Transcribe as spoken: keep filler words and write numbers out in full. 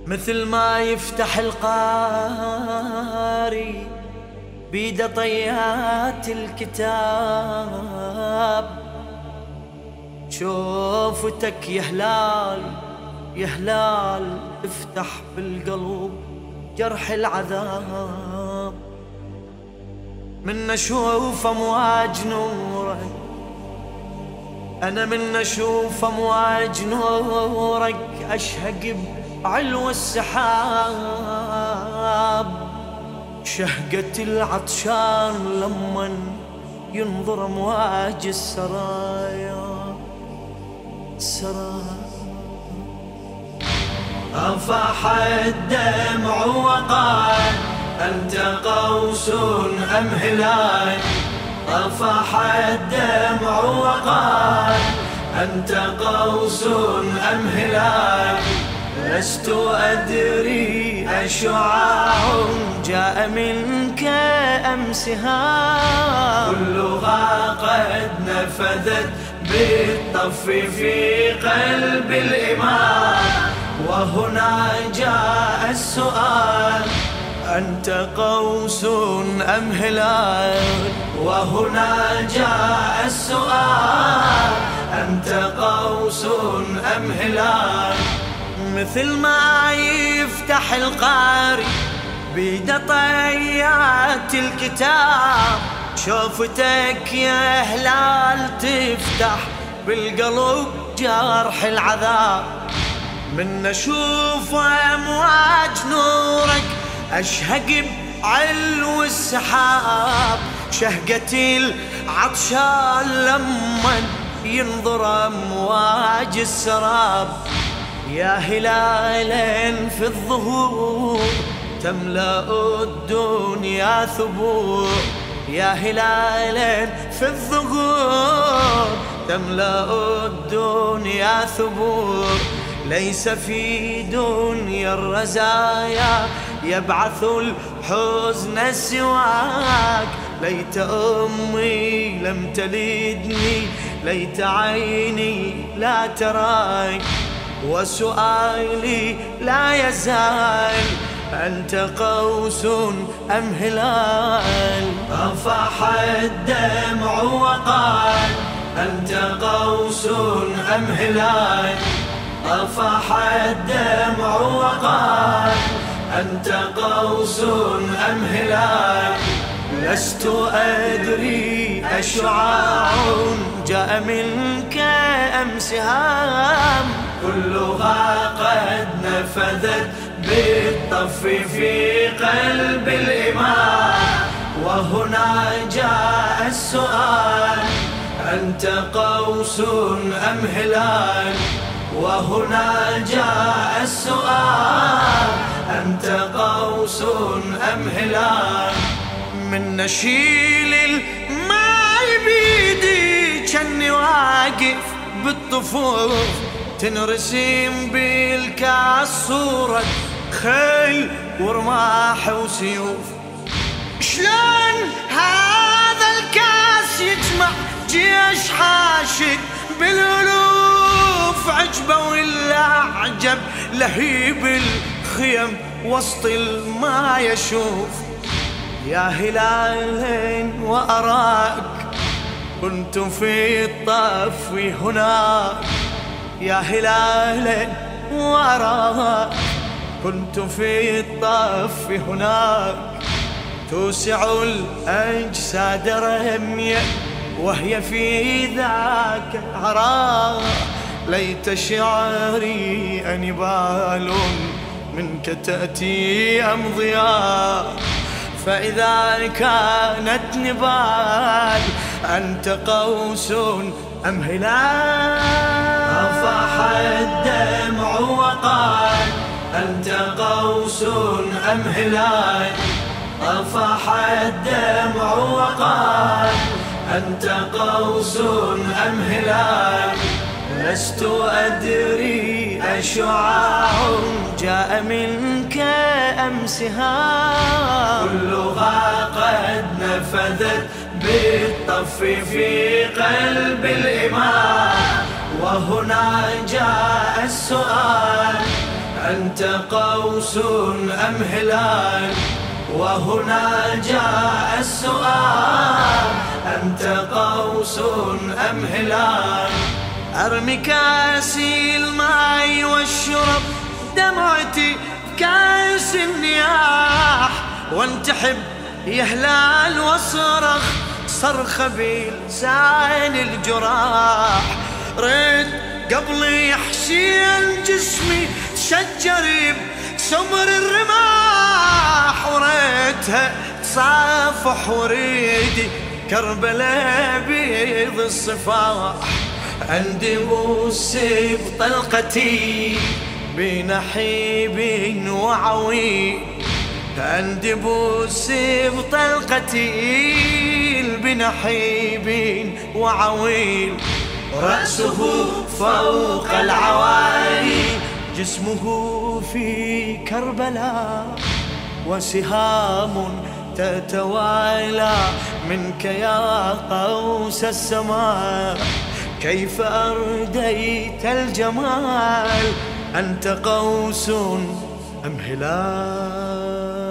مثل ما يفتح القاري بيده طيات الكتاب، شوفتك يا هلال يا هلال افتح بالقلب جرح العذاب. من اشوف امواج نورك انا، من اشوف امواج نورك اشهق بعلو السحاب. شهقة العطشان لمن ينظر امواج السرايا السرايا. أفاح الدمع وقال أنت قوس أم هلال. أفاح الدمع وقال أنت قوس أم هلال. لست أدري أشعاع جاء منك أم سهام. كلها قد نفذت بالطف في قلب الإمام. وهنا جاء السؤال أنت قوس أم هلال. وهنا جاء السؤال أنت قوس أم هلال. مثل ما يفتح القاري بيده طيات الكتاب، شوفتك يا هلال تفتح بالقلب جرح العذاب. من اشوف امواج نورك اشهق بعلو السحاب. شهقة العطشان لمن ينظر امواج السراب. يا هلالا في الظهور تملأ الدنيا ثبور. يا هلالا في الظهور تملأ الدنيا ثبور. ليس في دنيا الرزايا يبعث الحزن سواك. ليت أمي لم تلدني، ليت عيني لا تراك. وسؤالي لا يزال أنت قوس أم هلال. أفاح الدمع وقال أنت قوس أم هلال. أفاح الدمع وقال أنت قوس أم هلال. لست أدري أشعاع جاء منك أم سهام. كلها قد نفذت بالطف في قلب الإمام. وهنا جاء السؤال أنت قوس أم هلال. وهنا جاء السؤال أنت قوس أم هلال. من نشيل الماء بيدي كني واقف بالطفوف، تنرسم بالكاس صورة خيل ورماح وسيوف. شلون هذا الكاس يجمع جيش حاشد بالألوف؟ عجبه ولا عجب لهيب الخيم وسط الماء يشوف. يا هلال وأراك كنت في الطف هناك. يا هلال وأراك كنت في الطف هناك. توسع الأجساد رمية وهي في ذاك العراق. ليت شعري أنبال منك تأتي أمضياء. فإذا كانت نبال أنت قوس أم هلال. أفاح الدمع وقال أنت قوس أم هلال. أفاح الدمع وقال أنت قوس أم هلال. لست أدري أشعاع جاء منك أم سهام. كلها قد نفذت بالطف في قلب الإمام. وهنا جاء السؤال أنت قوس أم هلال؟ وهنا جاء السؤال، أنت قوس أم هلال؟ أرمي كاسي الماء والشرب، دمعتي كاس النياح، وانتحب يا هلال واصرخ صرخة بلسان الجراح. ريت قبل يحشين جسمي تشجر بسمر الرماح، وريتها تصافح وريدي كربلاء بيض الصفاح. اندبوس بطلقتي بنحيب وعويل، اندبوس بطلقتي بنحيب وعويل. رأسه فوق العوالي، جسمه في كربلاء، وسهام تتوالى منك يا قوس السماء. كيف أرديت الجمال؟ أنت قوس أم هلال؟